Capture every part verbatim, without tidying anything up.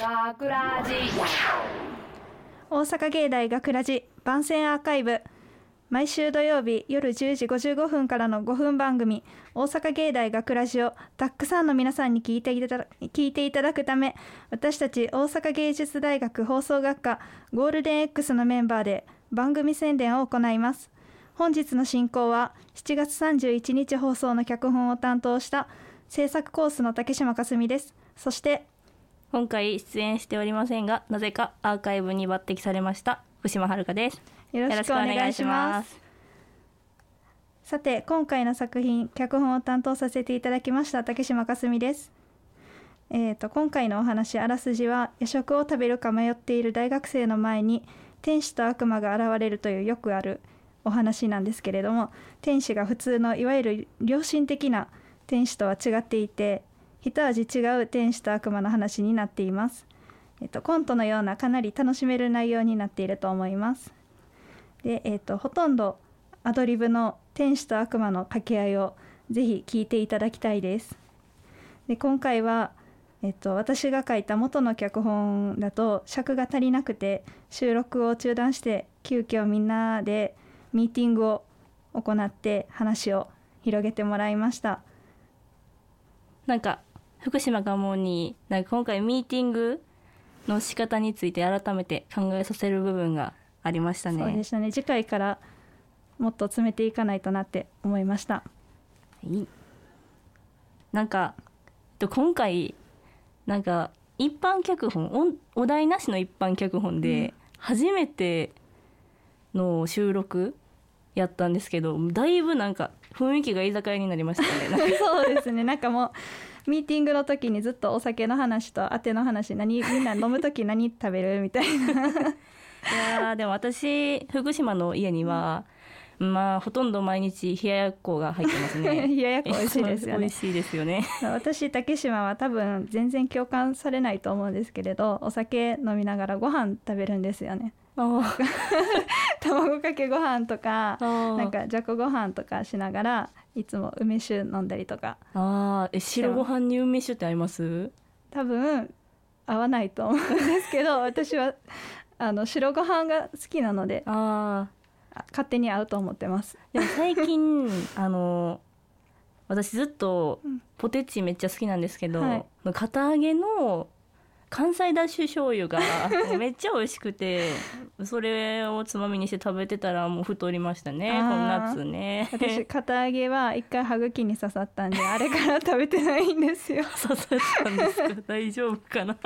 学ラジ大阪芸大学ラジ番宣アーカイブ、毎週土曜日夜じゅうじごじゅうごふんからのごふん番組大阪芸大学ラジをたくさんの皆さんに聞いていただ聞いていただくため、私たち大阪芸術大学放送学科ゴールデン X のメンバーで番組宣伝を行います。本日の進行はしちがつさんじゅういちにち放送の脚本を担当した制作コースの竹島かすみです。そして今回出演しておりませんが、なぜかアーカイブに抜擢されました福島遥です。 よろしくお願いします。さて、今回の作品脚本を担当させていただきました竹島かすみです。えーと今回のお話、あらすじは夜食を食べるか迷っている大学生の前に天使と悪魔が現れるというよくあるお話なんですけれども、天使が普通のいわゆる良心的な天使とは違っていて、一味違う天使と悪魔の話になっています。えっと、コントのようなかなり楽しめる内容になっていると思います。で、えっと、ほとんどアドリブの天使と悪魔の掛け合いをぜひ聞いていただきたいです。で、今回は、えっと、私が書いた元の脚本だと尺が足りなくて収録を中断して、急遽みんなでミーティングを行って話を広げてもらいました。 なんか福島が思うに、なんか今回ミーティングの仕方について改めて考えさせる部分がありましたね。 そうでしたね。次回からもっと詰めていかないとなって思いました。 いい。なんか今回なんか一般脚本、お、お題なしの一般脚本で初めての収録やったんですけど、だいぶなんか雰囲気が居酒屋になりましたね。 そうですね。なんかもうミーティングの時にずっとお酒の話とあての話、何みんな飲む時何食べるみたいな。いやでも私福島の家には、うん、まあほとんど毎日冷ややっこが入ってますね。 冷ややっこ美味しいですよね。 美味しいですよね。 私竹島は多分全然共感されないと思うんですけれど、お酒飲みながらご飯食べるんですよね。卵かけご飯とか、なんかじゃこご飯とかしながらいつも梅酒飲んだりとか。 あえ白ご飯に梅酒って合います？ 多分合わないと思うんですけど、私はあの白ご飯が好きなので、あ勝手に合うと思ってます。 でも最近あの私ずっとポテチめっちゃ好きなんですけど、はい、堅揚げの関西だし醤油がめっちゃ美味しくてそれをつまみにして食べてたらもう太りましたね。この夏ね。 私堅揚げは一回歯茎に刺さったんであれから食べてないんですよ。 刺さったんですか？大丈夫かな？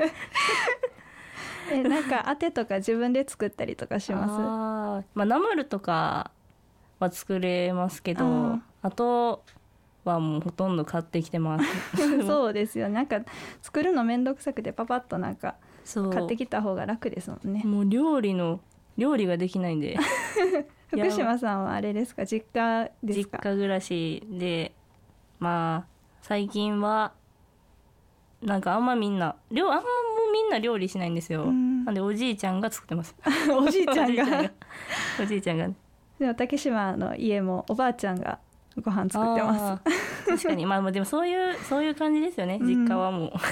えなんかあてとか自分で作ったりとかします？ あ、まあ、ナムルとかは作れますけど、 あ, あとはもうほとんど買ってきてます。 そうですよ。なんか作るのめんどくさくてパパッとなんか買ってきた方が楽ですもんね。 もう料理の料理ができないんで。 福島さんはあれですか、実家ですか？ 実家暮らしで、まあ最近はなんかあんまみんな料あんまもうみんな料理しないんですよ。なんでおじいちゃんが作ってます。 おじいちゃんがおじいちゃんがでも竹島の家もおばあちゃんがご飯作ってます。 確かにまあでもそういうそういう感じですよね、実家はもう。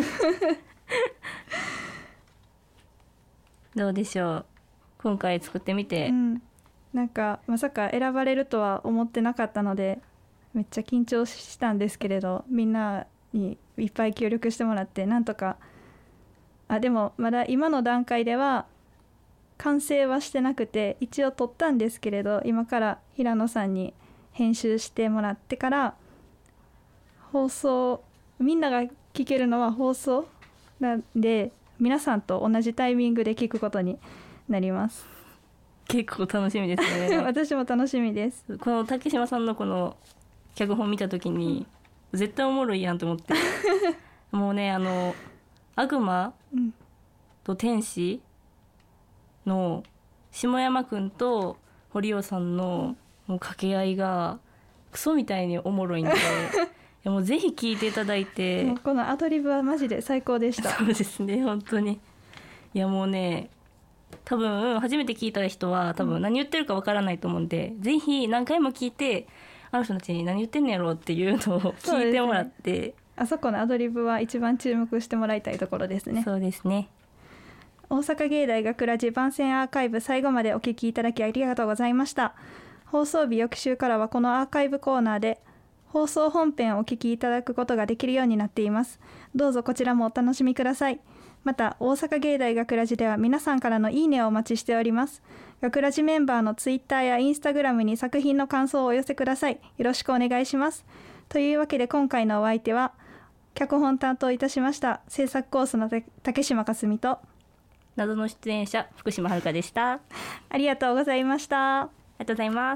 どうでしょう今回作ってみて。 うん、なんかまさか選ばれるとは思ってなかったのでめっちゃ緊張したんですけれど、みんなにいっぱい協力してもらってなんとか、あでもまだ今の段階では完成はしてなくて一応撮ったんですけれど、今から平野さんに編集してもらってから放送、みんなが聞けるのは放送なんで皆さんと同じタイミングで聞くことになります。 結構楽しみですね。 私も楽しみです。 この竹島さんのこの脚本見た時に、うん、絶対おもろいやんと思ってもうねあの悪魔と天使の下山くんと堀尾さんのもう掛け合いがクソみたいにおもろいんでいやもうぜひ聞いていただいて。もうこのアドリブはマジで最高でした。 そうですね本当に。いやもうね多分初めて聞いた人は多分何言ってるかわからないと思うんで、うん、ぜひ何回も聞いてあの人たちに何言ってんのやろうっていうのを聞いてもらって、 あそこのアドリブは一番注目してもらいたいところですね。 そうですね。 大阪芸大学ラジ番宣アーカイブ、最後までお聞きいただきありがとうございました。放送日翌週からはこのアーカイブコーナーで放送本編をお聞きいただくことができるようになっています。どうぞこちらもお楽しみください。また大阪芸大学ラジでは皆さんからのいいねをお待ちしております。学ラジメンバーのツイッターやインスタグラムに作品の感想をお寄せください。よろしくお願いします。というわけで今回のお相手は脚本担当いたしました制作コースの竹島かすみと謎の出演者福島遥でした。 ありがとうございました。 ありがとうございます。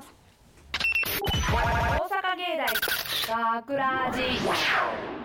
大阪芸大学ラジ